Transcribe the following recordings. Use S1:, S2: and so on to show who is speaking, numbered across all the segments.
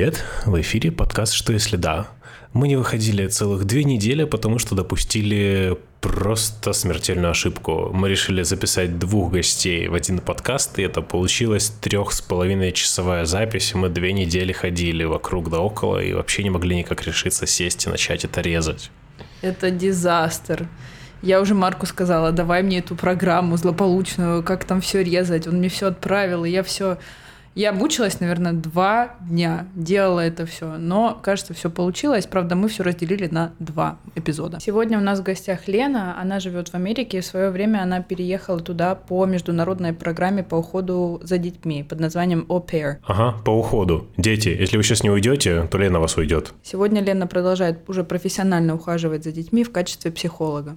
S1: Привет, в эфире подкаст «Что если да?». Мы не выходили целых 2 недели, потому что допустили просто смертельную ошибку. Мы решили записать 2 гостей в один подкаст, и это получилась 3,5-часовая запись. Мы 2 недели ходили вокруг да около и вообще не могли никак решиться сесть и начать это резать.
S2: Это дизастер. Я уже Марку сказала, давай мне эту программу злополучную, как там все резать. Он мне все отправил, и я мучилась, наверное, 2 дня, делала это все, но, кажется, все получилось. Правда, мы все разделили на 2 эпизода. Сегодня у нас в гостях Лена, она живет в Америке, и в свое время она переехала туда по международной программе по уходу за детьми под названием Au Pair.
S1: Ага, по уходу. Дети, если вы сейчас не уйдете, то Лена вас уйдет.
S2: Сегодня Лена продолжает уже профессионально ухаживать за детьми в качестве психолога.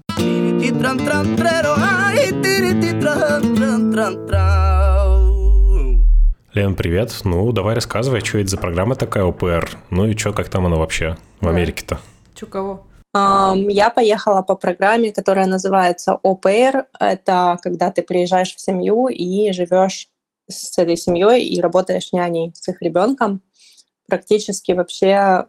S1: Лен, привет. Ну, давай рассказывай, что это за программа такая ОПР. Ну и что, как там она вообще в Америке-то?
S2: Чё, кого?
S3: Я поехала по программе, которая называется Au Pair. Это когда ты приезжаешь в семью и живешь с этой семьей и работаешь няней с их ребенком. Практически вообще,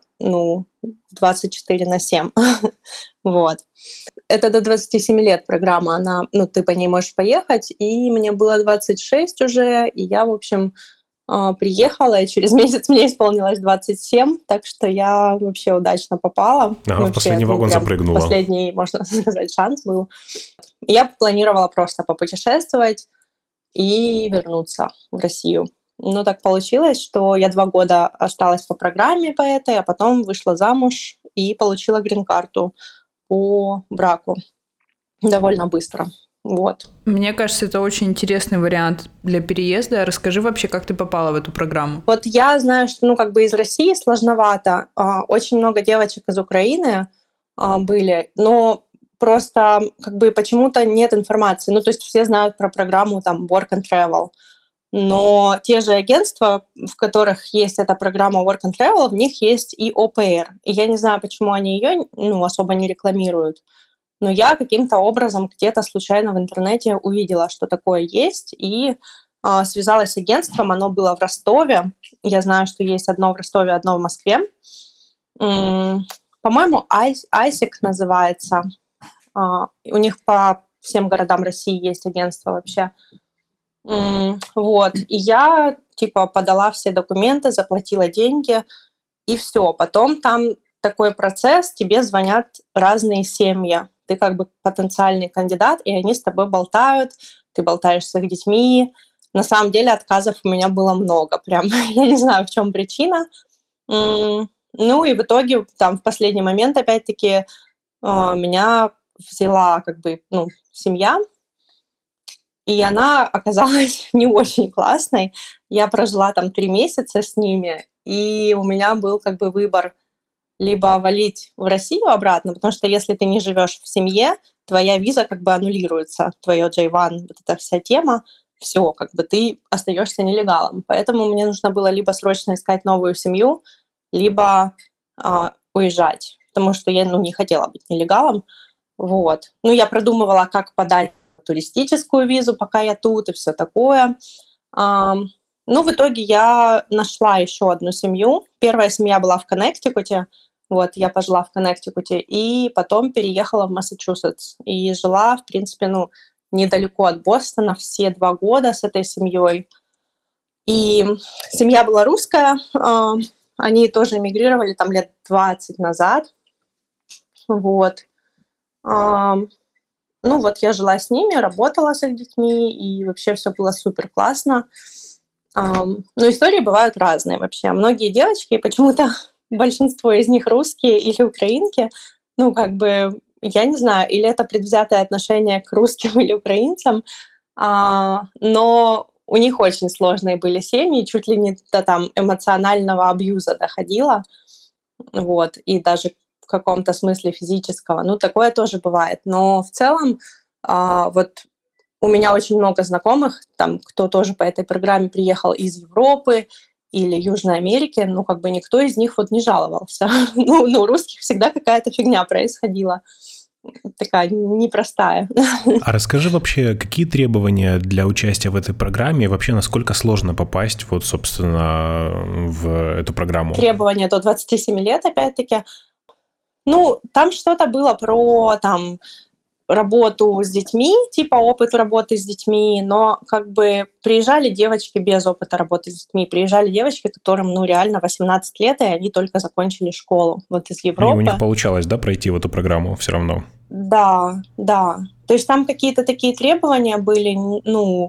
S3: 24/7. Вот. Это до 27 лет программа. Она, ты по ней можешь поехать. И мне было 26 уже, и я, в общем, приехала, и через месяц мне исполнилось 27, так что я вообще удачно попала.
S1: Ага,
S3: вообще,
S1: в последний вагон запрыгнула.
S3: Последний, можно сказать, шанс был. Я планировала просто попутешествовать и вернуться в Россию. Но так получилось, что я 2 года осталась по программе по этой, а потом вышла замуж и получила грин-карту по браку довольно быстро. Вот.
S2: Мне кажется, это очень интересный вариант для переезда. Расскажи вообще, как ты попала в эту программу.
S3: Вот я знаю, что из России сложновато. Очень много девочек из Украины были, но просто почему-то нет информации. То есть все знают про программу там Work and Travel. Но те же агентства, в которых есть эта программа Work and Travel, в них есть и Au Pair. И я не знаю, почему они ее особо не рекламируют. Но я каким-то образом где-то случайно в интернете увидела, что такое есть, и связалась с агентством. Оно было в Ростове. Я знаю, что есть одно в Ростове, одно в Москве. По-моему, ISIC называется. У них по всем городам России есть агентство вообще. Вот. И я подала все документы, заплатила деньги, и все. Потом там такой процесс, тебе звонят разные семьи. Ты потенциальный кандидат, и они с тобой болтают, ты болтаешь с их детьми. На самом деле отказов у меня было много. Прям я не знаю, в чем причина. И в итоге там в последний момент опять-таки меня взяла семья, и она оказалась не очень классной. Я прожила там 3 месяца с ними, и у меня был выбор либо валить в Россию обратно, потому что если ты не живешь в семье, твоя виза аннулируется, твое J1, вот эта вся тема, все, ты остаешься нелегалом. Поэтому мне нужно было либо срочно искать новую семью, либо уезжать, потому что я не хотела быть нелегалом. Вот. Я продумывала, как подать туристическую визу, пока я тут, и все такое. В итоге я нашла еще одну семью. Первая семья была в Коннектикуте. Вот, я пожила в Коннектикуте, и потом переехала в Массачусетс. И жила, в принципе, недалеко от Бостона все 2 года с этой семьей. И семья была русская. Они тоже эмигрировали там лет 20 назад. Вот. Я жила с ними, работала с их детьми, и вообще все было супер классно. Но истории бывают разные вообще. Многие девочки, почему-то большинство из них русские или украинки, я не знаю, или это предвзятое отношение к русским или украинцам, но у них очень сложные были семьи, чуть ли не до эмоционального абьюза доходило, вот, и даже в каком-то смысле физического. Такое тоже бывает. Но в целом у меня очень много знакомых, кто тоже по этой программе приехал из Европы или Южной Америки, никто из них не жаловался. У русских всегда какая-то фигня происходила. такая непростая.
S1: А расскажи вообще, какие требования для участия в этой программе и вообще насколько сложно попасть вот, собственно, в эту программу?
S3: Требования до 27 лет, опять-таки. Ну, там что-то было про там работу с детьми, типа опыт работы с детьми, но как бы приезжали девочки без опыта работы с детьми, приезжали девочки, которым, ну, реально 18 лет, и они только закончили школу, вот из
S1: И у
S3: Европы.
S1: них получалось, да, пройти в эту программу все равно?
S3: Да, да. То есть там какие-то такие требования были, ну,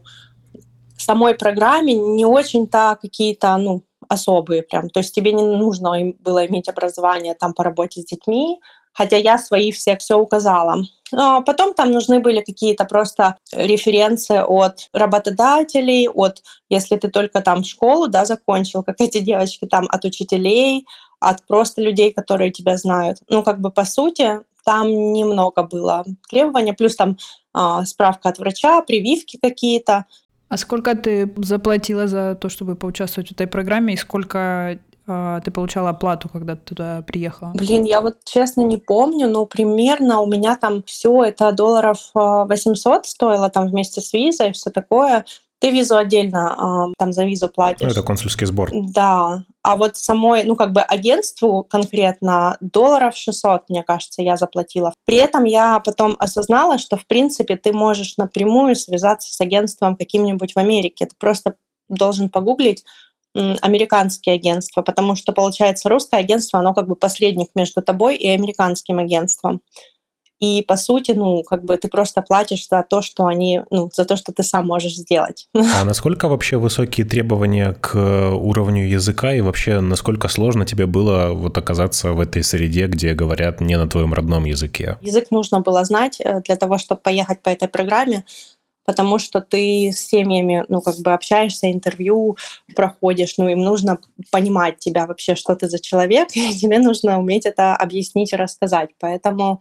S3: к самой программе не очень-то какие-то, ну, особые прям. То есть тебе не нужно было иметь образование там по работе с детьми, хотя я свои все указала. А потом там нужны были какие-то просто референсы от работодателей, от, если ты только там школу, да, закончил, как эти девочки, там, от учителей, от просто людей, которые тебя знают. Ну, как бы по сути, там немного было требований, плюс там справка от врача, прививки какие-то.
S2: А сколько ты заплатила за то, чтобы поучаствовать в этой программе, и сколько ты получала оплату, когда ты туда приехала?
S3: Блин, я вот честно не помню, но примерно у меня там все это долларов 800 стоило там вместе с визой и все такое. Ты визу отдельно там за визу
S1: Ну,
S3: платишь.
S1: это консульский сбор.
S3: Да. А вот самой, ну, как бы агентству конкретно долларов 600, мне кажется, я заплатила. При этом я потом осознала, что, в принципе, ты можешь напрямую связаться с агентством каким-нибудь в Америке. Ты просто должен погуглить американские агентства, потому что, получается, русское агентство, оно как бы посредник между тобой и американским агентством. И, по сути, ну, как бы ты просто платишь за то, что они, ну, за то, что ты сам можешь сделать.
S1: А насколько вообще высокие требования к уровню языка и вообще насколько сложно тебе было вот оказаться в этой среде, где говорят не на твоем родном языке?
S3: Язык нужно было знать для того, чтобы поехать по этой программе, потому что ты с семьями, ну, как бы общаешься, интервью проходишь, ну, им нужно понимать тебя вообще, что ты за человек, и тебе нужно уметь это объяснить и рассказать. Поэтому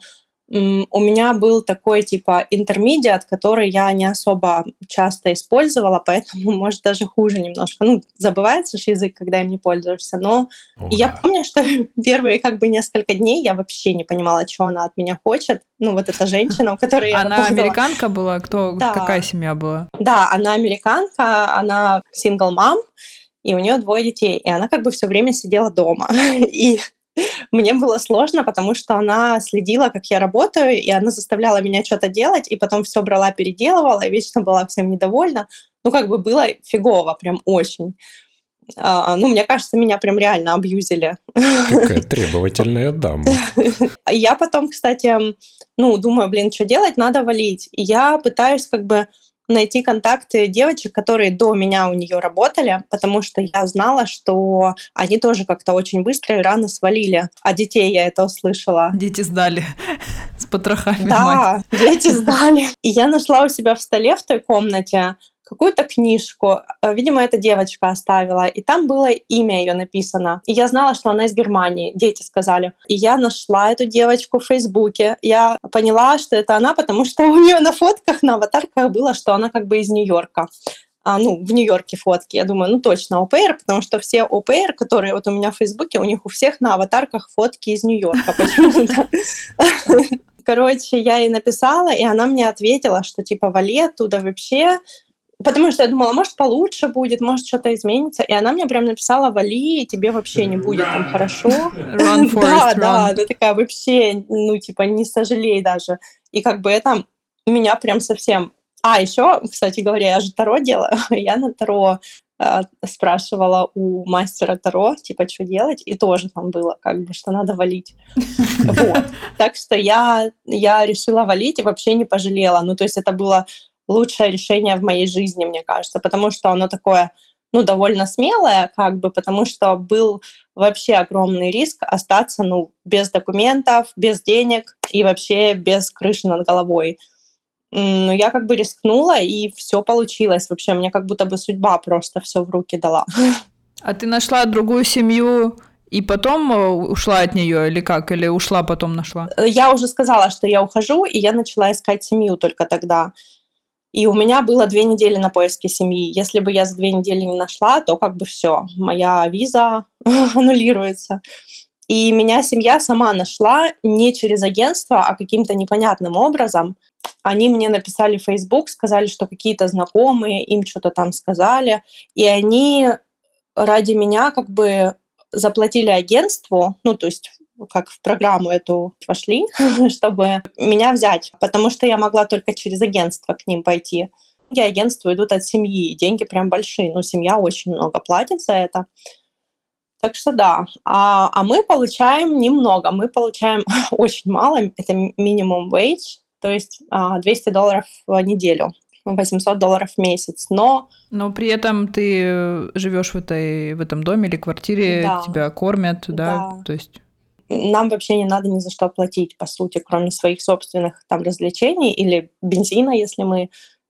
S3: у меня был такой типа интермедиат, который я не особо часто использовала, поэтому, может, даже хуже немножко. Ну, забывается же язык, когда им не пользуешься, но я помню, что первые как бы несколько дней я вообще не понимала, что она от меня хочет. Ну, вот эта женщина, у которой я
S2: Она
S3: работала.
S2: американка была?
S3: Да.
S2: Какая семья была?
S3: Да, она американка, она single mom, и у нее 2 детей, и она как бы все время сидела дома. И мне было сложно, потому что она следила, как я работаю, и она заставляла меня что-то делать, и потом все брала, переделывала, и вечно была всем недовольна. Ну, как бы было фигово, прям очень. Ну, мне кажется, меня прям реально абьюзили.
S1: Какая требовательная дама.
S3: Я потом, кстати, ну, думаю, блин, что делать, надо валить. И я пытаюсь как бы найти контакты девочек, которые до меня у нее работали, потому что я знала, что они тоже как-то очень быстро и рано свалили. А детей я это услышала.
S2: Дети сдали с потрохами.
S3: Да, дети сдали. И я нашла у себя в столе в той комнате какую-то книжку. Видимо, эта девочка оставила. И там было имя ее написано. И я знала, что она из Германии. Дети сказали. И я нашла эту девочку в Фейсбуке. Я поняла, что это она, потому что у нее на фотках, на аватарках было, что она как бы из Нью-Йорка. Ну, в Нью-Йорке фотки. Я думаю, ну точно ОПР, потому что все ОПР, которые вот у меня в Фейсбуке, у них у всех на аватарках фотки из Нью-Йорка почему-то. Короче, я ей написала, и она мне ответила, что типа вали оттуда вообще. Потому что я думала, может, получше будет, может, что-то изменится. И она мне прям написала, вали, и тебе вообще не будет там хорошо.
S2: Run, Forrest,
S3: Да,
S2: run.
S3: ты такая вообще, ну, типа, не сожалей даже. И как бы это меня прям совсем... еще, кстати говоря, я же Таро делаю. Я на Таро спрашивала у мастера Таро, типа, что делать, и тоже там было, как бы, что надо валить. Вот. Так что я решила валить и вообще не пожалела. Ну, то есть это было лучшее решение в моей жизни, мне кажется, потому что оно такое, ну, довольно смелое, как бы, потому что был вообще огромный риск остаться, ну, без документов, без денег и вообще без крыши над головой. Но я как бы рискнула, и все получилось. Вообще, мне как будто бы судьба просто все в руки дала.
S2: А ты нашла другую семью и потом ушла от нее или как? Или ушла, потом нашла?
S3: Я уже сказала, что я ухожу, и я начала искать семью только тогда. И у меня было 2 недели на поиски семьи. Если бы я за 2 недели не нашла, то как бы все, моя виза аннулируется. И меня семья сама нашла не через агентство, а каким-то непонятным образом. Они мне написали в Facebook, сказали, что какие-то знакомые им что-то там сказали, и они ради меня как бы заплатили агентству, ну, то есть как в программу эту вошли, чтобы меня взять, потому что я могла только через агентство к ним пойти. И агентства идут от семьи, и деньги прям большие, но семья очень много платит за это. Так что да. А мы получаем немного, мы получаем очень мало, это минимум wage, то есть $200 в неделю, $800 в месяц, но
S2: при этом ты живешь в этом доме или квартире,
S3: да,
S2: тебя кормят, да, то есть...
S3: Нам вообще не надо ни за что платить, по сути, кроме своих собственных там развлечений или бензина, если мы...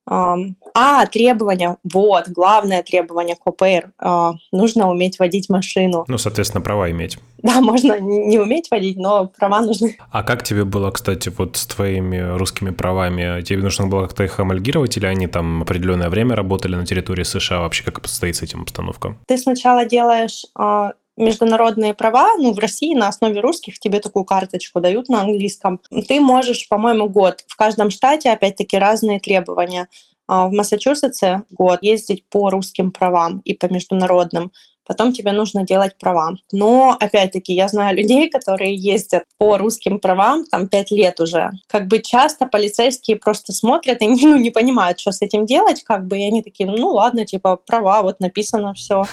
S3: требования. Вот, главное требование к ОПР. Нужно уметь водить машину.
S1: Ну, соответственно, права иметь.
S3: Да, можно не уметь водить, но права нужны.
S1: А как тебе было, кстати, вот с твоими русскими правами? Тебе нужно было как-то их амальгировать, или они там определенное время работали на территории США? Вообще, как обстоит с этим обстановка?
S3: Ты сначала делаешь международные права, в России на основе русских тебе такую карточку дают на английском. Ты можешь, по-моему, год. В каждом штате, опять-таки, разные требования. В Массачусетсе год ездить по русским правам и по международным. Потом тебе нужно делать права. Но, опять-таки, я знаю людей, которые ездят по русским правам, там 5 лет уже. Как бы часто полицейские просто смотрят и не понимают, что с этим делать, как бы, и они такие, ладно, типа, права, вот написано все.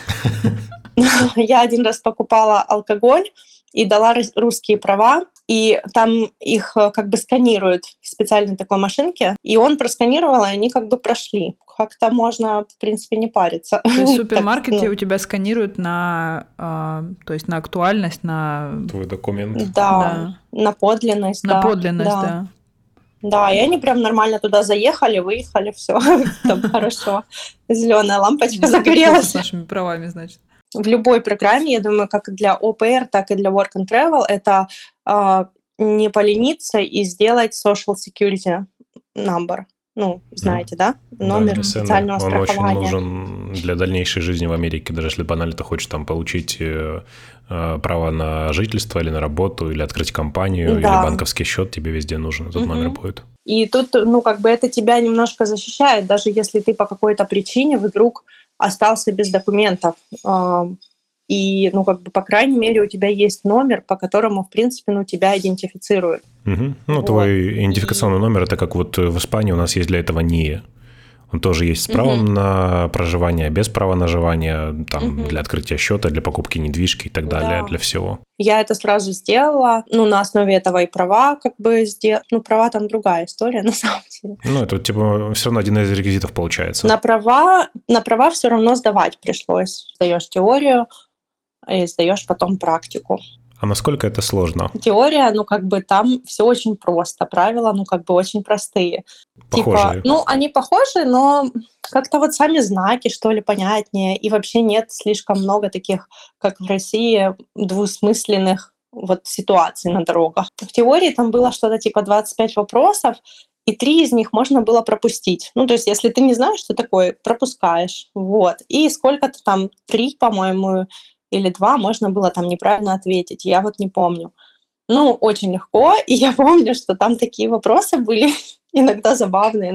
S3: Я один раз покупала алкоголь и дала русские права, и там их как бы сканируют в специальной такой машинке, и он просканировал, и они как бы прошли. Как-то можно, в принципе, не париться.
S2: То есть в супермаркете у тебя сканируют на актуальность, на...
S1: Твой документ.
S3: Да, на подлинность.
S2: На подлинность, да.
S3: Да, и они прям нормально туда заехали, выехали, все, там хорошо. Зеленая лампочка загорелась.
S2: С нашими правами, значит.
S3: В любой программе, я думаю, как для ОПР, так и для Work and Travel, это не полениться и сделать Social Security number. Знаете, да? Номер социального страхования.
S1: Он очень нужен для дальнейшей жизни в Америке, даже если банально ты хочешь там получить право на жительство или на работу, или открыть компанию, или банковский счет, тебе везде нужен этот номер будет.
S3: И тут, это тебя немножко защищает, даже если ты по какой-то причине вдруг остался без документов. И, по крайней мере, у тебя есть номер, по которому, в принципе, тебя идентифицируют.
S1: Вот. Твой идентификационный номер, это как вот в Испании у нас есть для этого НИИ. Он тоже есть с правом на проживание, без права на проживание, там, для открытия счета, для покупки недвижки и так далее, для всего.
S3: Я это сразу сделала, на основе этого и права как бы сделала. Права там другая история, на самом деле.
S1: Это все равно один из реквизитов получается.
S3: На права все равно сдавать пришлось. Сдаешь теорию и сдаешь потом практику.
S1: А насколько это сложно?
S3: Теория, там все очень просто, правила, очень простые.
S1: Похожие.
S3: Они похожи, но как-то вот сами знаки, что ли, понятнее. И вообще нет слишком много таких, как в России, двусмысленных ситуаций на дорогах. В теории там было что-то типа 25 вопросов, и 3 из них можно было пропустить. То есть если ты не знаешь, что такое, пропускаешь. Вот. И сколько-то там, 3, по-моему, или 2 можно было там неправильно ответить. Я не помню. Очень легко. И я помню, что там такие вопросы были иногда забавные.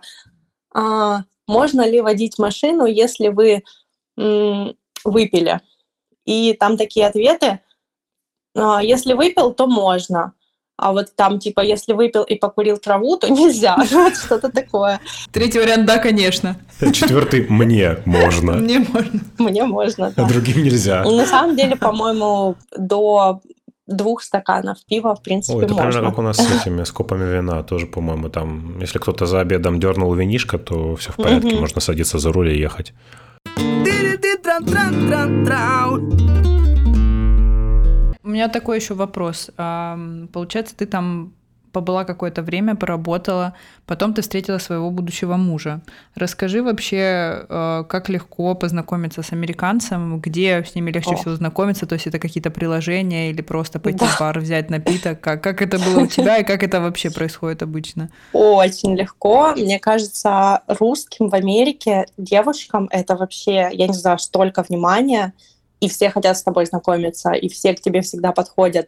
S3: Можно ли водить машину, если вы выпили? И там такие ответы. Если выпил, то можно. А вот там, если выпил и покурил траву, то нельзя. Что-то такое.
S2: 3-й вариант, да, конечно.
S1: 4-й, мне можно.
S2: Мне можно.
S3: Мне можно, да.
S1: А другим нельзя.
S3: На самом деле, по-моему, до 2 стаканов пива, в принципе,
S1: это
S3: можно.
S1: примерно как у нас с этими, с копами вина. Тоже, по-моему, там, если кто-то за обедом дернул винишко, то все в порядке, можно садиться за руль и ехать.
S2: У меня такой еще вопрос. Получается, ты там побыла какое-то время, поработала, потом ты встретила своего будущего мужа. Расскажи вообще, как легко познакомиться с американцем, где с ними легче всего знакомиться, то есть это какие-то приложения или просто пойти в бар, взять напиток, как это было у тебя и как это вообще происходит обычно?
S3: Очень легко. Мне кажется, русским в Америке девушкам это вообще, я не знаю, столько внимания. и все хотят с тобой знакомиться, и все к тебе всегда подходят.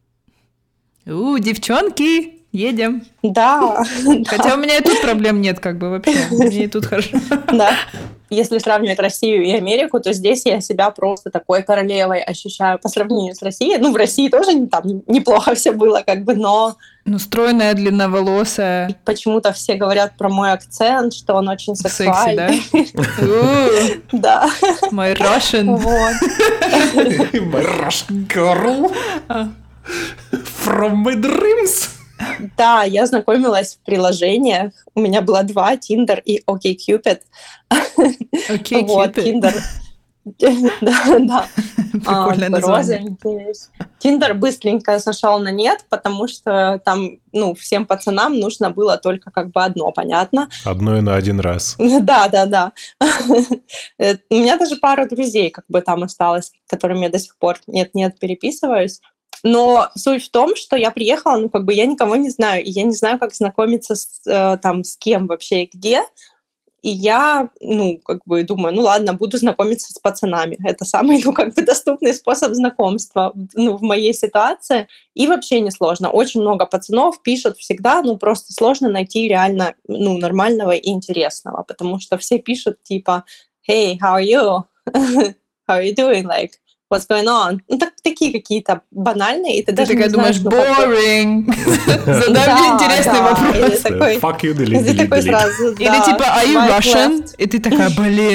S2: Девчонки, едем.
S3: Да.
S2: Хотя у меня и тут проблем нет, как бы вообще. Мне и тут хорошо.
S3: Да. Если сравнивать Россию и Америку, то здесь я себя просто такой королевой ощущаю по сравнению с Россией. В России тоже там неплохо все было, как бы, но...
S2: Стройная, длинноволосая.
S3: Почему-то все говорят про мой акцент, что он очень сексуальный.
S2: Секси, да?
S3: Да.
S2: My Russian.
S1: My Russian girl. From my dreams.
S3: Да, я знакомилась в приложениях. У меня было 2, Tinder и OkCupid.
S2: OkCupid.
S3: Tinder. Да.
S2: Прикольное название.
S3: Тиндер быстренько сошел на нет, потому что там, всем пацанам нужно было только как бы одно, понятно?
S1: Одно и на один раз.
S3: Да. У меня даже пара друзей как бы там осталось, с которыми я до сих пор нет-нет переписываюсь. Но суть в том, что я приехала, я никого не знаю, и я не знаю, как знакомиться с кем вообще и где. И я, думаю, ладно, буду знакомиться с пацанами. Это самый, доступный способ знакомства, в моей ситуации. И вообще не сложно. Очень много пацанов пишут всегда, просто сложно найти реально, нормального и интересного, потому что все пишут типа «Hey, how are you? How are you doing? Like, what's going on?» Такие какие-то банальные, и ты даже
S2: такая
S3: не знаешь,
S2: думаешь, boring. Задай мне интересный вопрос.
S1: Fuck you, delete.
S2: Или типа, are you Russian? И ты такая,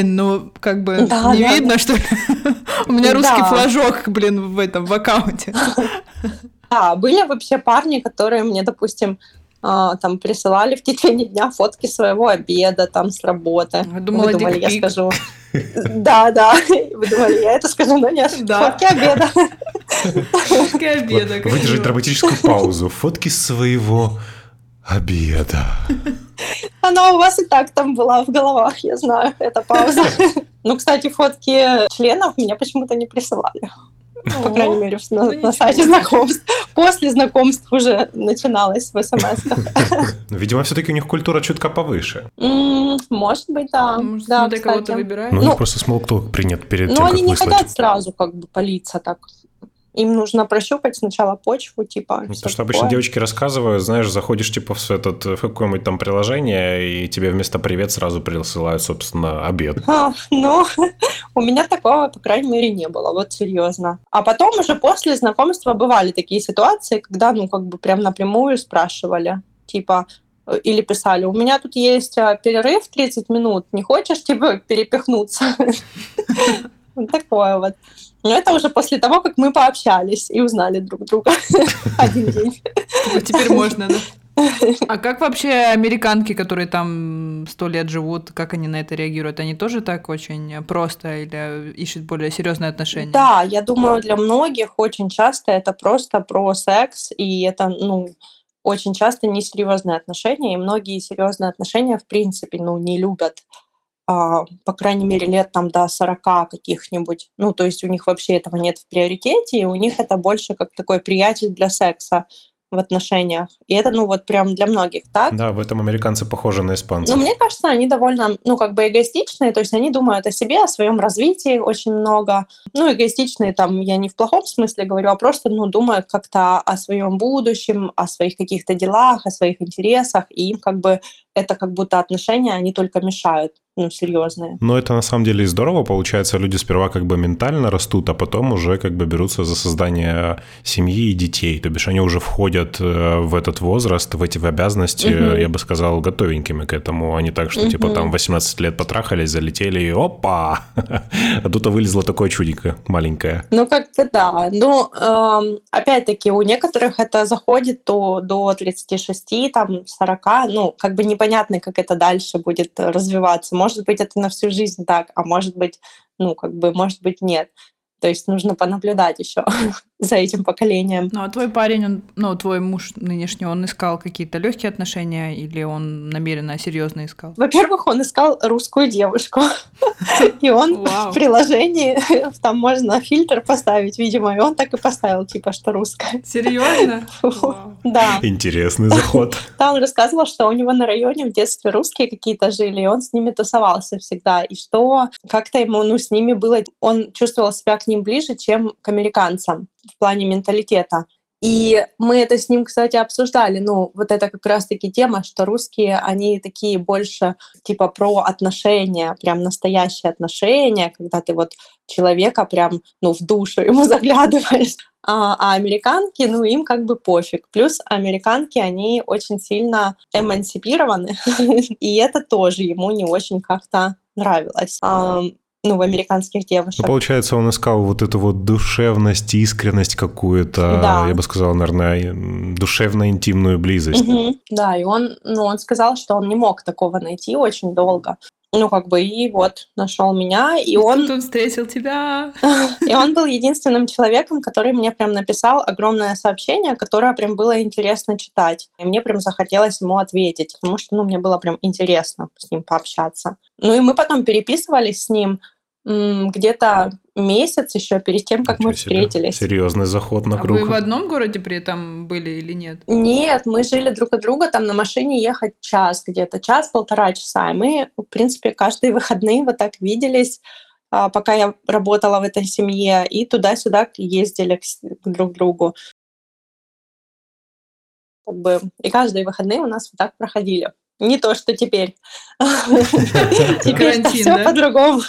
S2: не видно, что ли? У меня русский флажок, в аккаунте.
S3: Да, были вообще парни, которые мне, допустим, присылали в течение дня фотки своего обеда с работы.
S2: Вы думали,
S3: я скажу. Да. Вы думали, я это скажу, но нет. Фотки обеда.
S2: Фотки обеда.
S1: Выдержать драматическую паузу. Фотки своего обеда.
S3: Она у вас и так там была в головах, я знаю, эта пауза. Кстати, фотки членов меня почему-то не присылали. По крайней мере, на сайте знакомств. После знакомств уже начиналось в смс-ках.
S1: Видимо, все-таки у них культура чутка повыше.
S3: Может быть, да.
S2: Может, кого-то выбирают.
S1: У них просто смолток принят перед тем, как
S3: они не
S1: выслать.
S3: хотят сразу палиться так. Им нужно прощупать сначала почву,
S1: Потому что обычно девочки рассказывают, знаешь, заходишь в какое-нибудь там приложение, и тебе вместо «привет» сразу присылают, собственно, обед.
S3: У меня такого, по крайней мере, не было, вот серьезно. А потом уже после знакомства бывали такие ситуации, когда, прям напрямую спрашивали, или писали: у меня тут есть перерыв 30 минут, не хочешь, перепихнуться? Такое вот. Но это уже после того, как мы пообщались и узнали друг друга один день.
S2: Теперь можно, да? А как вообще американки, которые там 100 лет живут, как они на это реагируют? Они тоже так очень просто или ищут более серьезные отношения?
S3: Да, я думаю, для многих очень часто это просто про секс, и это, очень часто несерьезные отношения, и многие серьезные отношения, в принципе, не любят. По крайней мере, лет до 40 каких-нибудь. То есть у них вообще этого нет в приоритете, и у них это больше как такой приятель для секса в отношениях. И это, прям для многих, так?
S1: Да, в этом американцы похожи на испанцев.
S3: Мне кажется, они довольно, эгоистичные, то есть они думают о себе, о своем развитии очень много. Эгоистичные я не в плохом смысле говорю, а просто, думают как-то о своем будущем, о своих каких-то делах, о своих интересах, и им это как будто отношения, они только мешают. Серьезные.
S1: Но это на самом деле и здорово. Получается, люди сперва ментально растут, а потом уже берутся за создание семьи и детей. То бишь они уже входят в этот возраст, в эти обязанности, я бы сказал, готовенькими к этому. А не так, что 18 лет потрахались, залетели и опа! А тут вылезло такое чудико маленькое.
S3: Да. Опять-таки, у некоторых это заходит до 36, 40. Непонятно, как это дальше будет развиваться. Может быть, это на всю жизнь так, а может быть, может быть, нет. То есть нужно понаблюдать еще за этим поколением.
S2: А твой парень, твой муж нынешний, он искал какие-то легкие отношения или он намеренно серьезно искал?
S3: Во-первых, он искал русскую девушку. И он в приложении, там можно фильтр поставить, видимо, и он так и поставил, что русская.
S2: Серьезно?
S3: Да.
S1: Интересный заход.
S3: Да, он рассказывал, что у него на районе в детстве русские какие-то жили, и он с ними тусовался всегда. И что как-то ему, с ними было... Он чувствовал себя к ним ближе, чем к американцам в плане менталитета. И мы это с ним, кстати, обсуждали. Вот это как раз-таки тема, что русские, они такие больше типа про отношения, прям настоящие отношения, когда ты вот человека прям, в душу ему заглядываешь. А американки, им как бы пофиг. Плюс американки, они очень сильно эмансипированы, и это тоже ему не очень как-то нравилось. В американских девушек.
S1: Получается, он искал вот эту вот душевность, искренность какую-то,
S3: Да.
S1: Я бы сказал, наверное, душевно-интимную близость.
S3: Да, и он сказал, что он не мог такого найти очень долго. И вот нашел меня, и он...
S2: Тут он встретил тебя.
S3: И он был единственным человеком, который мне прям написал огромное сообщение, которое прям было интересно читать. И мне прям захотелось ему ответить, потому что, мне было прям интересно с ним пообщаться. И мы потом переписывались с ним где-то месяц еще перед тем, как мы встретились.
S1: Серьезный заход на круг.
S2: А вы в одном городе при этом были или нет?
S3: Нет, мы жили друг от друга, там на машине ехать час где-то, час-полтора часа. И мы, в принципе, каждые выходные вот так виделись, пока я работала в этой семье, и туда-сюда ездили друг к другу. И каждые выходные у нас вот так проходили. Не то, что теперь. Теперь все по-другому.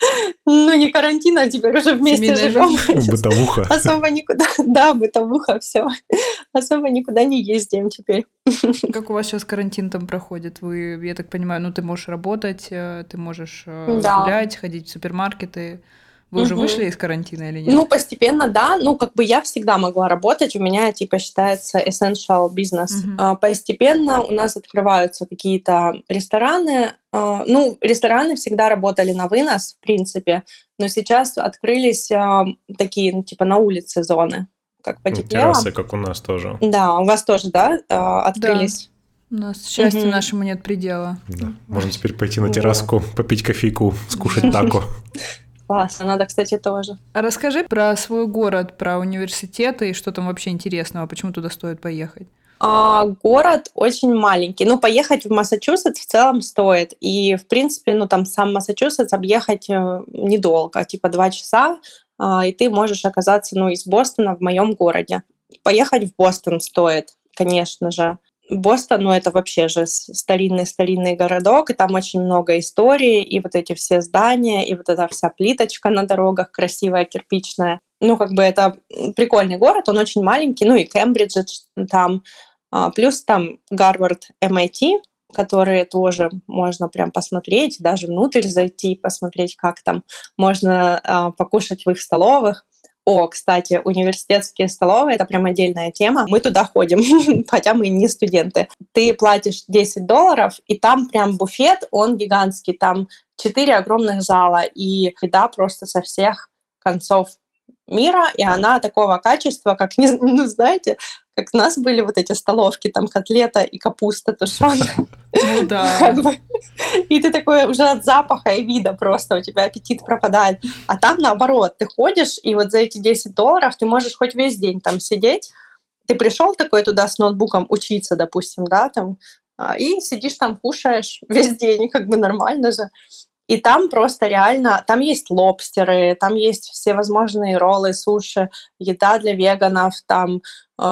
S3: Не карантин, а теперь уже вместе живем.
S1: Бытовуха.
S3: Особо никуда, да, бытовуха, все. Особо никуда не ездим теперь.
S2: Как у вас сейчас карантин там проходит? Вы, я так понимаю, ты можешь работать, ты можешь гулять, ходить в супермаркеты. Вы уже вышли из карантина или нет?
S3: Постепенно, да. Я всегда могла работать. У меня, считается essential business. Постепенно у нас открываются какие-то рестораны. Рестораны всегда работали на вынос, в принципе. Но сейчас открылись такие, на улице зоны. Как потеплело.
S1: Террасы, как у нас тоже.
S3: Да, у вас тоже, да, открылись?
S2: Да. У нас счастью нашему нет предела.
S1: Да. Можно теперь пойти на терраску, попить кофейку, скушать тако.
S3: Классно, надо, кстати, тоже.
S2: А расскажи про свой город, про университеты и что там вообще интересного, почему туда стоит поехать?
S3: Город очень маленький. Поехать в Массачусетс в целом стоит. И, в принципе, там сам Массачусетс объехать недолго, 2 часа, и ты можешь оказаться, из Бостона в моем городе. Поехать в Бостон стоит, конечно же. Бостон, это вообще же старинный городок, и там очень много историй, и вот эти все здания, и вот эта вся плиточка на дорогах красивая, кирпичная. Это прикольный город, он очень маленький, и Кембридж там, плюс там Гарвард, MIT, которые тоже можно прям посмотреть, даже внутрь зайти, посмотреть, как там можно покушать в их столовых. Кстати, университетские столовые — это прям отдельная тема. Мы туда ходим, хотя мы не студенты. Ты платишь $10, и там прям буфет, он гигантский. Там 4 огромных зала, и еда просто со всех концов мира, и она такого качества, как, знаете, как у нас были вот эти столовки, там котлета и капуста тушеная.
S2: Да.
S3: И ты такой уже от запаха и вида просто, у тебя аппетит пропадает. А там наоборот, ты ходишь, и вот за эти $10 ты можешь хоть весь день там сидеть. Ты пришел такой туда с ноутбуком учиться, допустим, да, там, и сидишь там, кушаешь весь день, нормально же. И там просто реально, там есть лобстеры, там есть всевозможные роллы, суши, еда для веганов, там,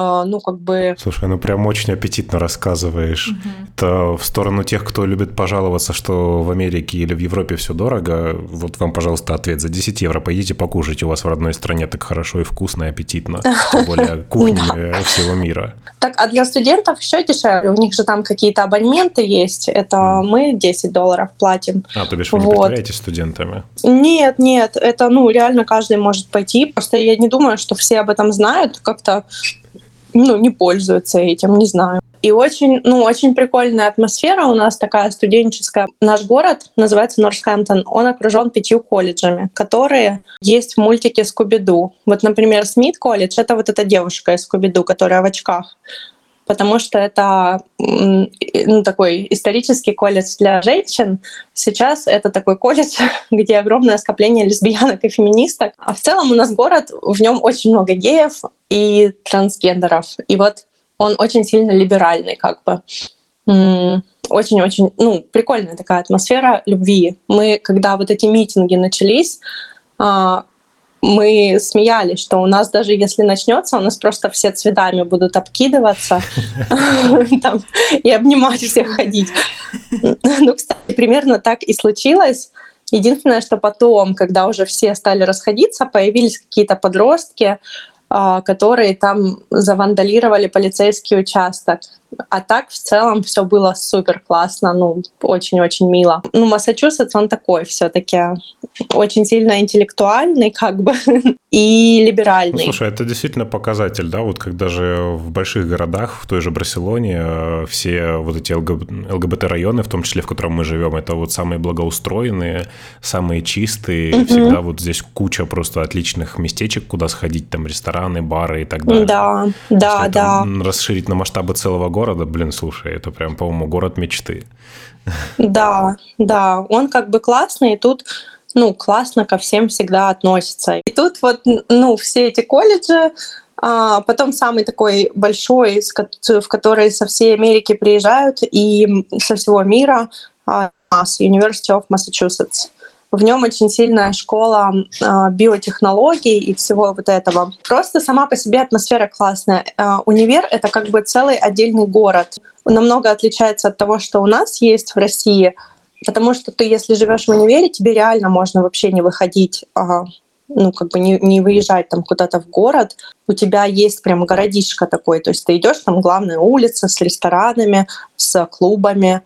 S1: Слушай, прям очень аппетитно рассказываешь. Это в сторону тех, кто любит пожаловаться, что в Америке или в Европе все дорого. Вот вам, пожалуйста, ответ. За 10 евро пойдите покушайте. У вас в родной стране так хорошо и вкусно, и аппетитно. Тем более кухни всего мира.
S3: Так, а для студентов еще дешевле. У них же там какие-то абонементы есть. Это мы $10 платим.
S1: То бишь вы не притворяетесь студентами?
S3: Нет. Это, реально каждый может пойти. Просто я не думаю, что все об этом знают. Как-то не пользуются этим, не знаю. И очень прикольная атмосфера у нас такая студенческая. Наш город называется Нортхэмптон. Он окружен 5 колледжами, которые есть в мультике «Скуби-Ду». Вот, например, Смит колледж — это вот эта девушка из «Скуби-Ду», которая в очках. Потому что это такой исторический колледж для женщин. Сейчас это такой колледж, где огромное скопление лесбиянок и феминисток. А в целом у нас город, в нем очень много геев и трансгендеров. И вот Он очень сильно либеральный, как бы. Очень-очень, прикольная такая атмосфера любви. Мы, когда вот эти митинги начались, мы смеялись, что у нас даже если начнется, у нас просто все цветами будут обкидываться и обнимать всех ходить. Ну, кстати, примерно так и случилось. Единственное, что потом, когда уже все стали расходиться, появились какие-то подростки, которые там завандалировали полицейский участок. А так в целом все было супер классно, очень-очень мило. Массачусетс, он такой все-таки очень сильно интеллектуальный, как бы, и либеральный.
S1: Слушай, это действительно показатель, да, вот когда же в больших городах, в той же Барселоне, все вот эти ЛГБТ-районы, в том числе, в котором мы живем, это вот самые благоустроенные, самые чистые, всегда вот здесь куча просто отличных местечек, куда сходить, там рестораны, бары и так далее.
S3: Да.
S1: Расширить на масштабы целого города, слушай, это прям, по-моему, город мечты.
S3: Да, он как бы классный, и тут классно ко всем всегда относится. И тут вот, все эти колледжи, потом самый такой большой, в который со всей Америки приезжают и со всего мира, University of Massachusetts. В нем очень сильная школа биотехнологий и всего вот этого. Просто сама по себе атмосфера классная. Универ — это как бы целый отдельный город. Намного отличается от того, что у нас есть в России, потому что ты, если живешь в универе, тебе реально можно вообще не выходить, не выезжать там куда-то в город. У тебя есть прям городишко такой, то есть ты идешь, там главная улица с ресторанами, с клубами.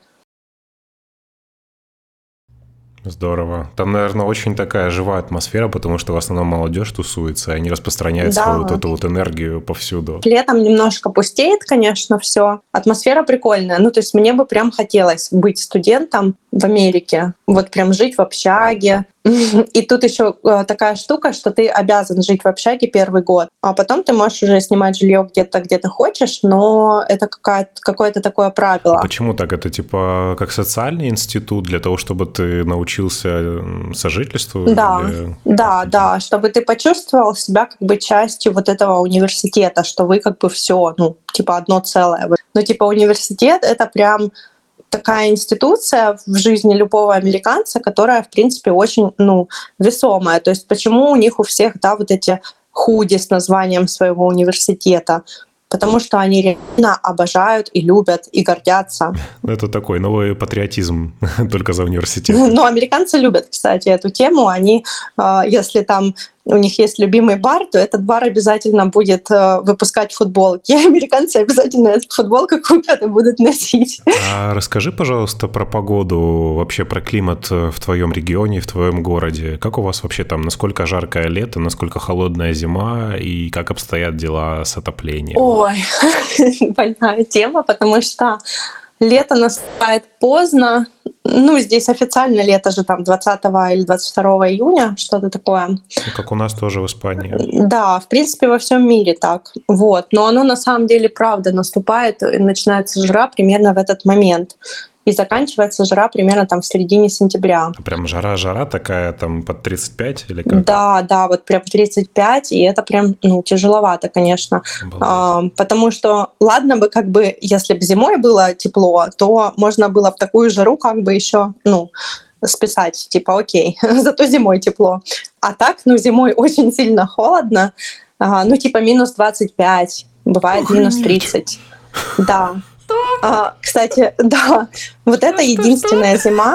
S1: Здорово. Там, наверное, очень такая живая атмосфера, потому что в основном молодежь тусуется, и они распространяют свою вот эту вот энергию повсюду.
S3: Летом немножко пустеет, конечно, все. Атмосфера прикольная. То есть мне бы прям хотелось быть студентом в Америке, вот прям жить в общаге. И тут еще такая штука, что ты обязан жить в общаге первый год, а потом ты можешь уже снимать жилье где-то, где ты хочешь, но это какое-то такое правило.
S1: А почему так? Это типа как социальный институт для того, чтобы ты научился сожительству?
S3: Да, чтобы ты почувствовал себя как бы частью вот этого университета, что вы как бы все, одно целое. Университет — это прям такая институция в жизни любого американца, которая, в принципе, очень, весомая. То есть почему у них у всех, вот эти худи с названием своего университета? Потому что они реально обожают и любят, и гордятся.
S1: Это такой новый патриотизм, только за университет.
S3: Американцы любят, кстати, эту тему. Они, если там у них есть любимый бар, то этот бар обязательно будет выпускать футболки. И американцы обязательно эту футболку купят и будут носить.
S1: А расскажи, пожалуйста, про погоду, вообще про климат в твоем регионе, в твоем городе. Как у вас вообще там, насколько жаркое лето, насколько холодная зима, и как обстоят дела с отоплением?
S3: Ой, больная тема, потому что лето наступает поздно. Здесь официально лето же там 20 или 22 июня, что-то такое.
S1: Как у нас тоже в Испании.
S3: Да, в принципе, во всем мире так. Но оно на самом деле правда наступает, и начинается жара примерно в этот момент. И заканчивается жара примерно там в середине сентября.
S1: Прям жара-жара такая там под 35 или как?
S3: Да, вот прям 35, и это прям, тяжеловато, конечно. Потому что, ладно бы, как бы, если бы зимой было тепло, то можно было бы такую жару как бы еще, списать, окей, зато зимой тепло. А так, зимой очень сильно холодно, минус 25, бывает минус 30. Да. Кстати, да, вот это единственная зима.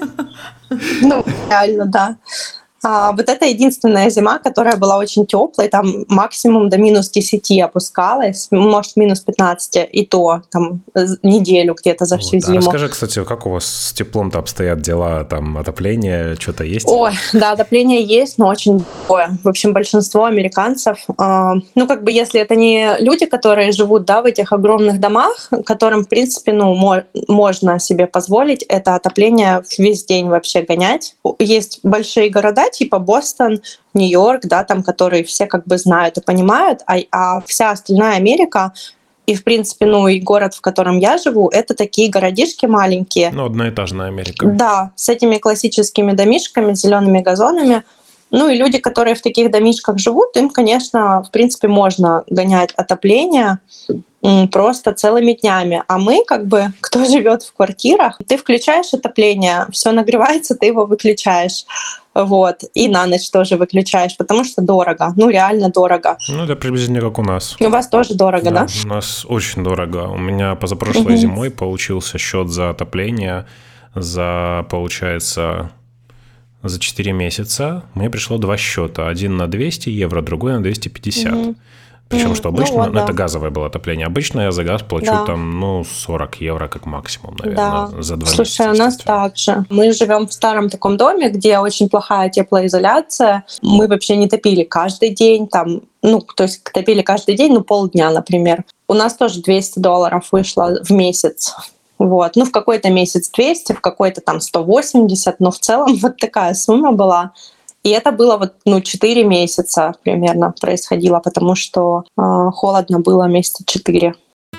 S3: Реально, да. Вот это единственная зима, которая была очень теплой, там максимум до минус 10 опускалась, может, минус 15, и то там неделю где-то за всю зиму.
S1: Расскажи, кстати, как у вас с теплом-то обстоят дела, там отопление, что-то есть?
S3: Ой, да, отопление есть, но очень дорогое. В общем, большинство американцев, если это не люди, которые живут, в этих огромных домах, которым, в принципе, можно себе позволить это отопление весь день вообще гонять. Есть большие города, типа Бостон, Нью-Йорк, там, которые все как бы знают и понимают, а вся остальная Америка и, в принципе, и город, в котором я живу, это такие городишки маленькие.
S1: Одноэтажная Америка.
S3: Да, с этими классическими домишками, зелеными газонами. И люди, которые в таких домишках живут, им, конечно, в принципе, можно гонять отопление. просто целыми днями. А мы, как бы, кто живет в квартирах, ты включаешь отопление, все нагревается, ты его выключаешь. Вот. И на ночь тоже выключаешь, потому что дорого. Ну, реально дорого.
S1: Ну, это приблизительно как у нас.
S3: У вас тоже дорого, да?
S1: У нас очень дорого. У меня позапрошлой зимой получился счет за отопление получается, за 4 месяца. Мне пришло 2 счета. Один на 200 евро, другой на 250. Причем, что обычно, это газовое было отопление. Обычно я за газ плачу 40 евро как максимум, наверное, за 2 месяца.
S3: Слушай, у нас так же. Мы живем в старом таком доме, где очень плохая теплоизоляция. Мы вообще не топили каждый день, то есть топили каждый день, полдня, например. У нас тоже $200 вышло в месяц. Вот. В какой-то месяц 200, в какой-то 180, но в целом вот такая сумма была. И это было 4 месяца примерно происходило, потому что холодно было месяца 4.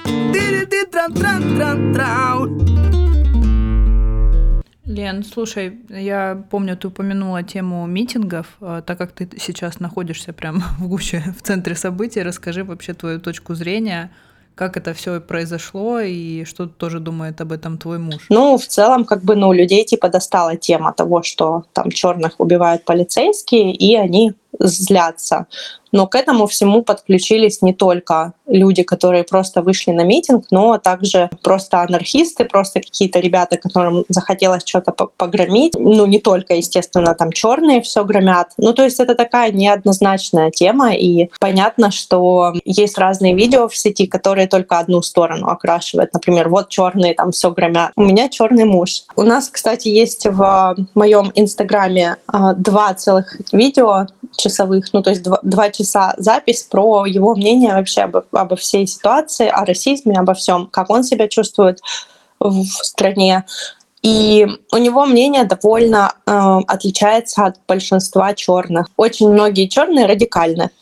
S2: Лен, слушай, я помню, ты упомянула тему митингов. Так как ты сейчас находишься прямо в гуще, в центре событий, расскажи вообще твою точку зрения, как это все произошло и что тоже думает об этом твой муж?
S3: В целом, людей достала тема того, что там черных убивают полицейские, и они злятся. Но к этому всему подключились не только люди, которые просто вышли на митинг, но также просто анархисты, просто какие-то ребята, которым захотелось что-то погромить. Не только, естественно, там черные все громят. То есть это такая неоднозначная тема, и понятно, что есть разные видео в сети, которые только одну сторону окрашивают. Например, вот черные там все громят. У меня черный муж. У нас, кстати, есть в моем инстаграме 2 целых видео часовых, то есть 2 часа запись про его мнение вообще обо всей ситуации, о расизме, обо всем, как он себя чувствует в стране. И у него мнение довольно отличается от большинства черных. Очень многие черные радикальны,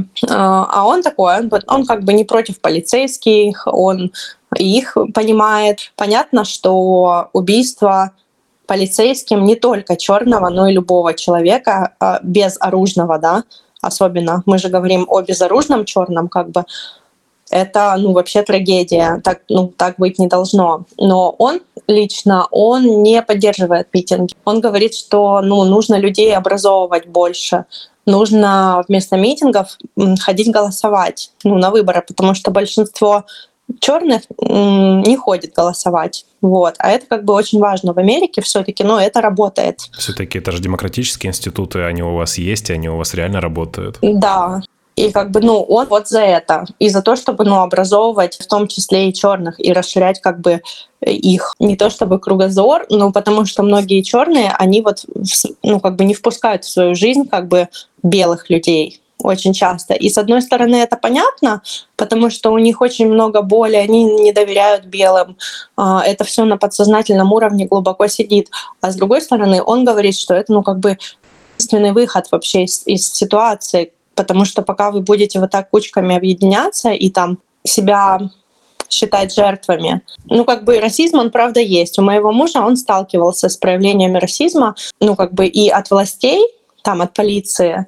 S3: а он такой, он не против полицейских, он их понимает. Понятно, что убийство полицейским не только черного, но и любого человека безоружного, да, особенно. Мы же говорим о безоружном черном, это, вообще трагедия. Так быть не должно. Но он лично, он не поддерживает митинги. Он говорит, что, нужно людей образовывать больше. Нужно вместо митингов ходить голосовать, на выборы, потому что большинство черных не ходит голосовать. Вот. А это очень важно в Америке все-таки, но это работает.
S1: Все-таки это же демократические институты, они у вас есть, и они у вас реально работают.
S3: Да. И он вот за это. И за то, чтобы образовывать в том числе и черных, и расширять их. Не то чтобы кругозор, но потому что многие черные, они не впускают в свою жизнь белых людей. Очень часто. И с одной стороны это понятно, потому что у них очень много боли, они не доверяют белым. Это все на подсознательном уровне глубоко сидит. А с другой стороны он говорит, что это единственный выход вообще из ситуации, потому что пока вы будете вот так кучками объединяться и себя считать жертвами. Расизм, он правда есть. У моего мужа он сталкивался с проявлениями расизма, и от властей, от полиции,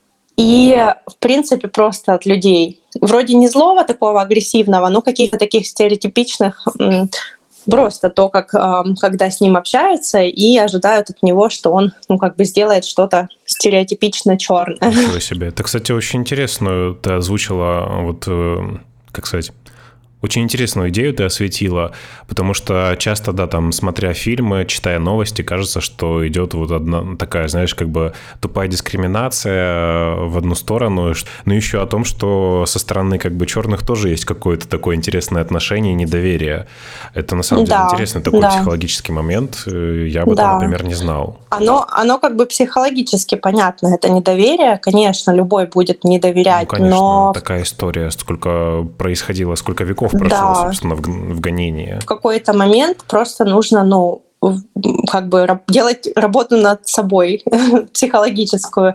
S3: и, в принципе, просто от людей. Вроде не злого такого агрессивного, но каких-то таких стереотипичных, просто то, когда с ним общаются и ожидают от него, что он, сделает что-то стереотипично черное.
S1: Ничего себе. Это, кстати, очень интересно. Ты озвучила, очень интересную идею ты осветила, потому что часто, смотря фильмы, читая новости, кажется, что идет одна такая, тупая дискриминация в одну сторону, но еще о том, что со стороны черных тоже есть какое-то такое интересное отношение и недоверие. Это на самом деле интересный такой психологический момент. Я об этом, например, не знал.
S3: Оно психологически понятно, это недоверие. Конечно, любой будет не доверять,
S1: конечно,
S3: но...
S1: такая история, сколько происходило, сколько веков прошло, собственно, в гонении.
S3: В какой-то момент просто нужно, делать работу над собой психологическую.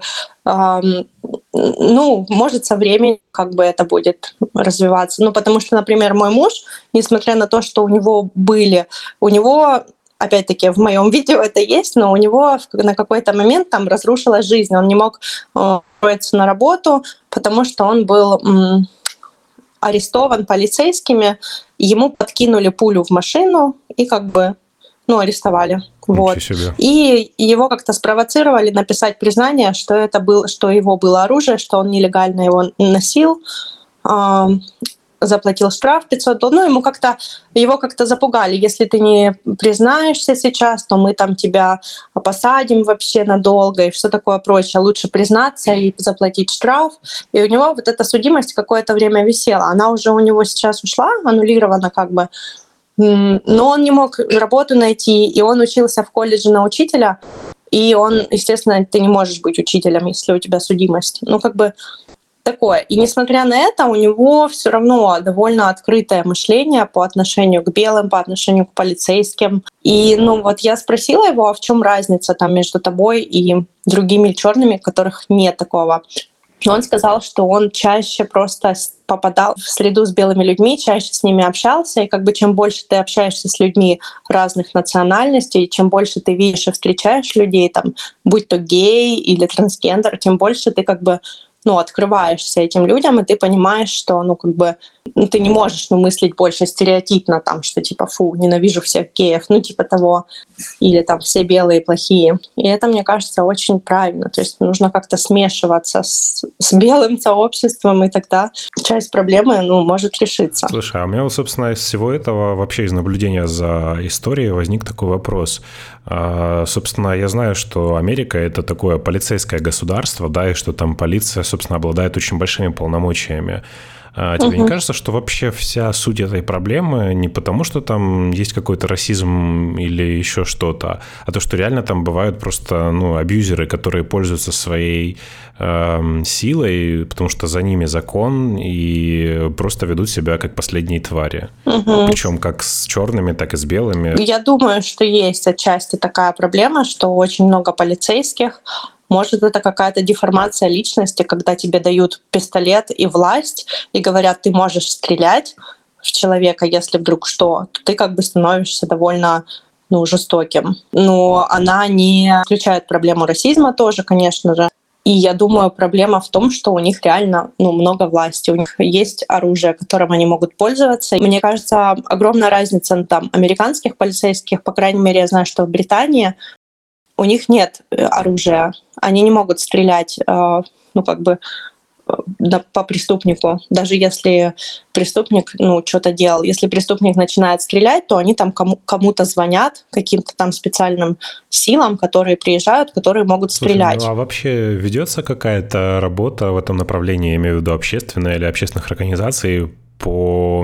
S3: Может, со временем это будет развиваться. Потому что, например, мой муж, несмотря на то, что у него опять-таки, в моем видео это есть, но у него на какой-то момент разрушилась жизнь. Он не мог устроиться на работу, потому что он был арестован полицейскими, ему подкинули пулю в машину и как бы, арестовали. Вот. И его как-то спровоцировали написать признание, что его было оружие, что он нелегально его носил, заплатил штраф $500. Его как-то запугали. Если ты не признаешься сейчас, то мы там тебя посадим вообще надолго и все такое прочее. Лучше признаться и заплатить штраф. И у него вот эта судимость какое-то время висела. Она уже у него сейчас ушла, аннулирована как бы. Но он не мог работу найти, и он учился в колледже на учителя. И он, естественно, ты не можешь быть учителем, если у тебя судимость. Такое. И несмотря на это, у него все равно довольно открытое мышление по отношению к белым, по отношению к полицейским. И я спросила его, а в чем разница там между тобой и другими черными, у которых нет такого. Но он сказал, что он чаще просто попадал в среду с белыми людьми, чаще с ними общался, и как бы чем больше ты общаешься с людьми разных национальностей, чем больше ты видишь и встречаешь людей, там, будь то гей или трансгендер, тем больше ты как бы открываешься этим людям, и ты понимаешь, что, ты не можешь, мыслить больше стереотипно, там, что типа, фу, ненавижу всех геев, того, или там все белые плохие. И это, мне кажется, очень правильно. То есть нужно как-то смешиваться с белым сообществом, и тогда часть проблемы, может решиться.
S1: Слушай, а у меня, собственно, из всего этого, вообще из наблюдения за историей возник такой вопрос. Собственно, я знаю, что Америка — это такое полицейское государство, да, и что там полиция, собственно, обладает очень большими полномочиями. Тебе не кажется, что вообще вся суть этой проблемы не потому, что там есть какой-то расизм или еще что-то, а то, что реально там бывают просто, абьюзеры, которые пользуются своей силой, потому что за ними закон, и просто ведут себя как последние твари. Причем как с черными, так и с белыми.
S3: Я думаю, что есть отчасти такая проблема, что очень много полицейских. Может, это какая-то деформация личности, когда тебе дают пистолет и власть, и говорят, ты можешь стрелять в человека, если вдруг что, то ты как бы становишься довольно жестоким. Но она не исключает проблему расизма тоже, конечно же. И я думаю, проблема в том, что у них реально много власти, у них есть оружие, которым они могут пользоваться. И мне кажется, огромная разница там американских полицейских, по крайней мере, я знаю, что в Британии у них нет оружия, они не могут стрелять, по преступнику, даже если преступник, что-то делал. Если преступник начинает стрелять, то они там кому-то звонят, каким-то там специальным силам, которые приезжают, которые могут стрелять.
S1: А вообще ведется какая-то работа в этом направлении, я имею в виду общественная или общественных организаций по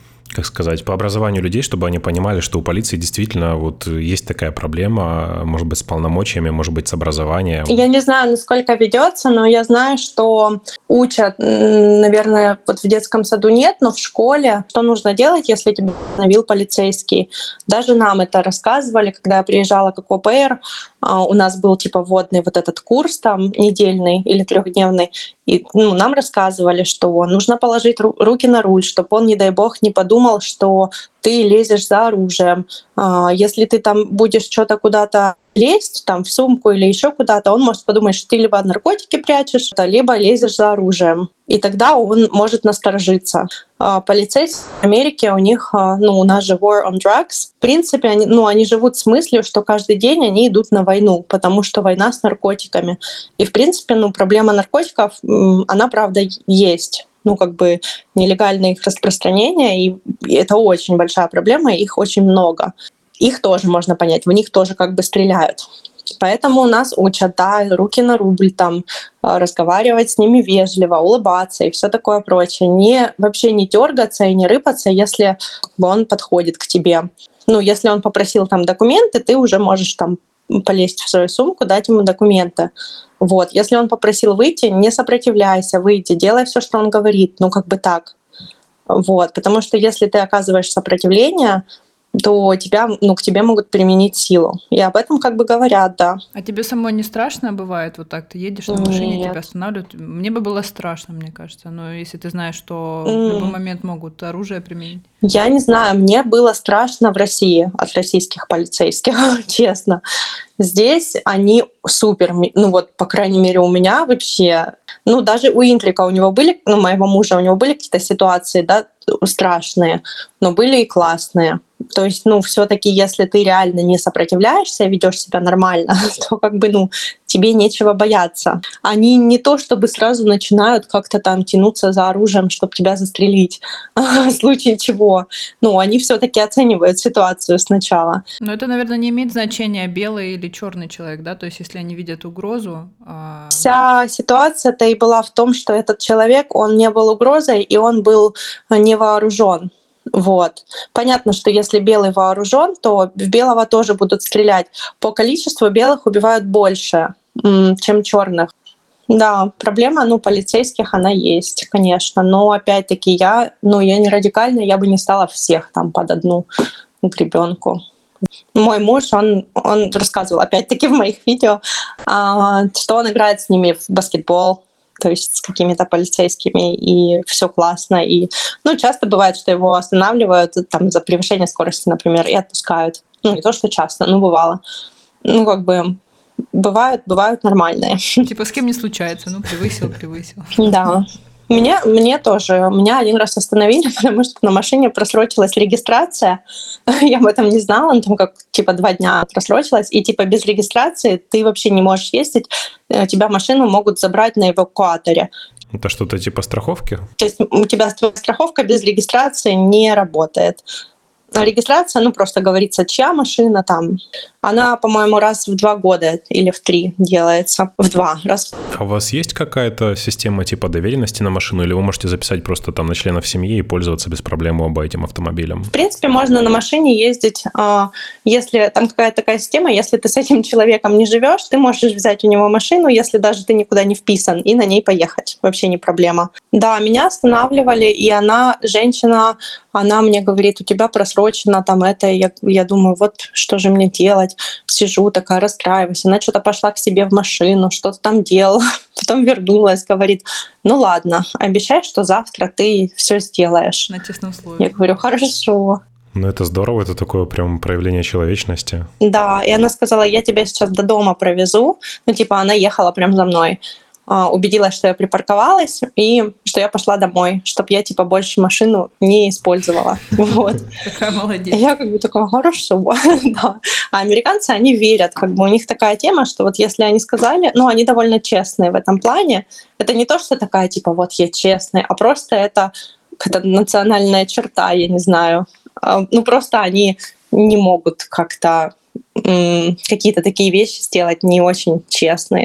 S1: образованию людей, чтобы они понимали, что у полиции действительно есть такая проблема, может быть, с полномочиями, может быть, с образованием?
S3: Я не знаю, насколько ведется, но я знаю, что учат, наверное, в детском саду нет, но в школе, что нужно делать, если тебя остановил полицейский. Даже нам это рассказывали, когда я приезжала как ОПР, у нас был вводный этот курс там недельный или 3-дневный, и нам рассказывали, что нужно положить руки на руль, чтобы он, не дай бог, не подумал, что ты лезешь за оружием. Если ты там будешь что-то куда-то лезть, там, в сумку или еще куда-то, он может подумать, что ты либо наркотики прячешь, либо лезешь за оружием. И тогда он может насторожиться. Полицейские в Америке, у них, у нас же war on drugs. В принципе, они живут с мыслью, что каждый день они идут на войну, потому что война с наркотиками. И, в принципе, проблема наркотиков, она, правда, есть. Нелегальное их распространение, и это очень большая проблема, их очень много. Их тоже можно понять, в них тоже как бы стреляют. Поэтому нас учат, руки на рубль, там, разговаривать с ними вежливо, улыбаться и все такое прочее. Вообще не дергаться и не рыпаться, если он подходит к тебе. Если он попросил там документы, ты уже можешь там полезть в свою сумку, дать ему документы. Если он попросил выйти, не сопротивляйся, выйди, делай все, что он говорит, так. Потому что если ты оказываешь сопротивление, то к тебе могут применить силу. И об этом как бы говорят, да.
S2: А тебе самой не страшно бывает так? Ты едешь на машине, тебя останавливают? Мне бы было страшно, мне кажется. Но если ты знаешь, что в любой момент могут оружие применить.
S3: Я не знаю, мне было страшно в России от российских полицейских, честно. Здесь они супер, ну вот, по крайней мере, у меня вообще, ну даже у Интрика у него были, ну моего мужа, у него были какие-то ситуации, да, страшные, но были и классные. То есть, ну, все-таки, если ты реально не сопротивляешься, ведешь себя нормально, то как бы, ну, тебе нечего бояться. Они не то чтобы сразу начинают как-то там тянуться за оружием, чтобы тебя застрелить, в случае чего. Ну, они все-таки оценивают ситуацию сначала.
S2: Но это, наверное, не имеет значения, белый или черный человек, да? То есть, если они видят угрозу.
S3: Вся ситуация-то и была в том, что этот человек, он не был угрозой, и он был не вооружен. Вот. Понятно, что если белый вооружен, то в белого тоже будут стрелять. По количеству белых убивают больше, чем черных. Да, проблема, ну, полицейских она есть, конечно. Но опять-таки я не радикальная, я бы не стала всех там под одну гребенку. Мой муж, он рассказывал, опять-таки, в моих видео, что он играет с ними в баскетбол, то есть с какими-то полицейскими, и все классно. И, ну, часто бывает, что его останавливают там, за превышение скорости, например, и отпускают. Ну, не то, что часто, но бывало. Ну, как бы бывают нормальные.
S2: Типа с кем не случается, ну, превысил.
S3: Да. Мне тоже. Меня один раз остановили, потому что на машине просрочилась регистрация. Я об этом не знала, ну там как типа 2 дня просрочилась, и типа без регистрации ты вообще не можешь ездить, тебя машину могут забрать на эвакуаторе.
S1: Это что-то типа страховки?
S3: То есть у тебя страховка без регистрации не работает. А регистрация, ну просто говорится, чья машина там. Она, по-моему, раз в 2 года или в 3 делается. В 2 раз.
S1: А у вас есть какая-то система типа доверенности на машину, или вы можете записать просто там на членов семьи и пользоваться без проблем оба этим автомобилем?
S3: В принципе, можно на машине ездить, если там какая-то такая система, если ты с этим человеком не живешь, ты можешь взять у него машину, если даже ты никуда не вписан, и на ней поехать. Вообще не проблема. Да, меня останавливали, и женщина, она мне говорит, у тебя просрочено там это. Я думаю, вот что же мне делать? Сижу такая, расстраиваюсь. Она что-то пошла к себе в машину, что-то там делала, потом вернулась, говорит, ну ладно, обещай, что завтра ты все сделаешь.
S2: На честном условии.
S3: Я говорю, хорошо.
S1: Ну это здорово, это такое прям проявление человечности.
S3: Да, и она сказала, я тебя сейчас до дома провезу. Ну типа она ехала прям за мной. Убедилась, что я припарковалась и что я пошла домой, чтобы я типа больше машину не использовала. Вот.
S2: Такая молодец.
S3: Я как бы такая, хорошо. Да. А американцы, они верят, как бы у них такая тема, что вот если они сказали, ну они довольно честные в этом плане. Это не то, что такая типа вот я честный, а просто это какая-то национальная черта, я не знаю. Ну просто они не могут как-то какие-то такие вещи сделать не очень честные.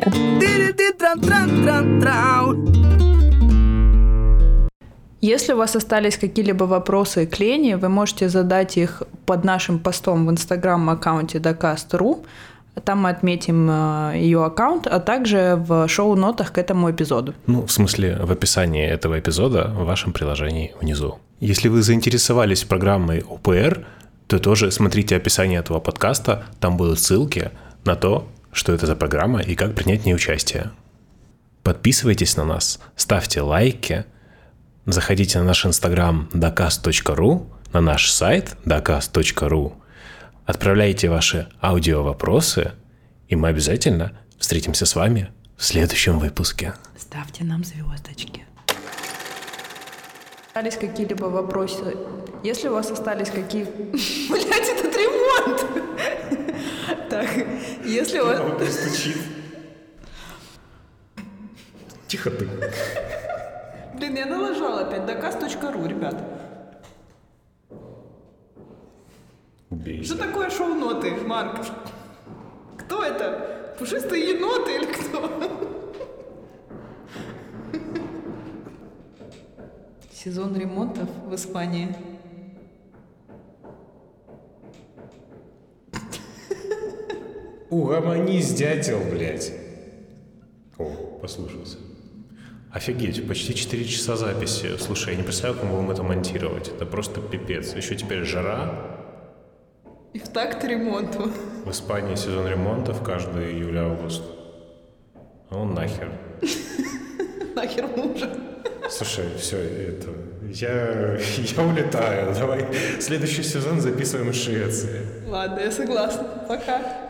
S2: Если у вас остались какие-либо вопросы к Лене, вы можете задать их под нашим постом в инстаграм-аккаунте Dacast.ru. Там мы отметим ее аккаунт, а также в шоу-нотах к этому эпизоду.
S1: Ну, в смысле, в описании этого эпизода в вашем приложении внизу. Если вы заинтересовались программой ОПР, то тоже смотрите описание этого подкаста, там будут ссылки на то, что это за программа и как принять в ней участие. Подписывайтесь на нас, ставьте лайки, заходите на наш инстаграм dacast.ru, на наш сайт dacast.ru, отправляйте ваши аудиовопросы, и мы обязательно встретимся с вами в следующем выпуске.
S2: Ставьте нам звездочки. Остались какие-либо вопросы? Если у вас остались какие... Блять, этот ремонт! Так, если у вас...
S1: Стучит. Тихо ты.
S2: Блин, я налажала опять. Dacast.ru, ребят.
S1: Убейся.
S2: Что такое шоу-ноты, Марк? Кто это? Пушистые еноты или кто? Сезон ремонтов в Испании.
S1: Угомонись, дятел, блядь. О, послушался. Офигеть, почти 4 часа записи. Слушай, я не представляю, как мы будем это монтировать. Это просто пипец. Еще теперь жара.
S2: И в такт ремонту.
S1: В Испании сезон ремонтов каждый июль-август. А он нахер.
S2: Нахер мужа.
S1: Слушай, все, это... Я улетаю. Давай следующий сезон записываем в Швеции.
S2: Ладно, я согласна. Пока.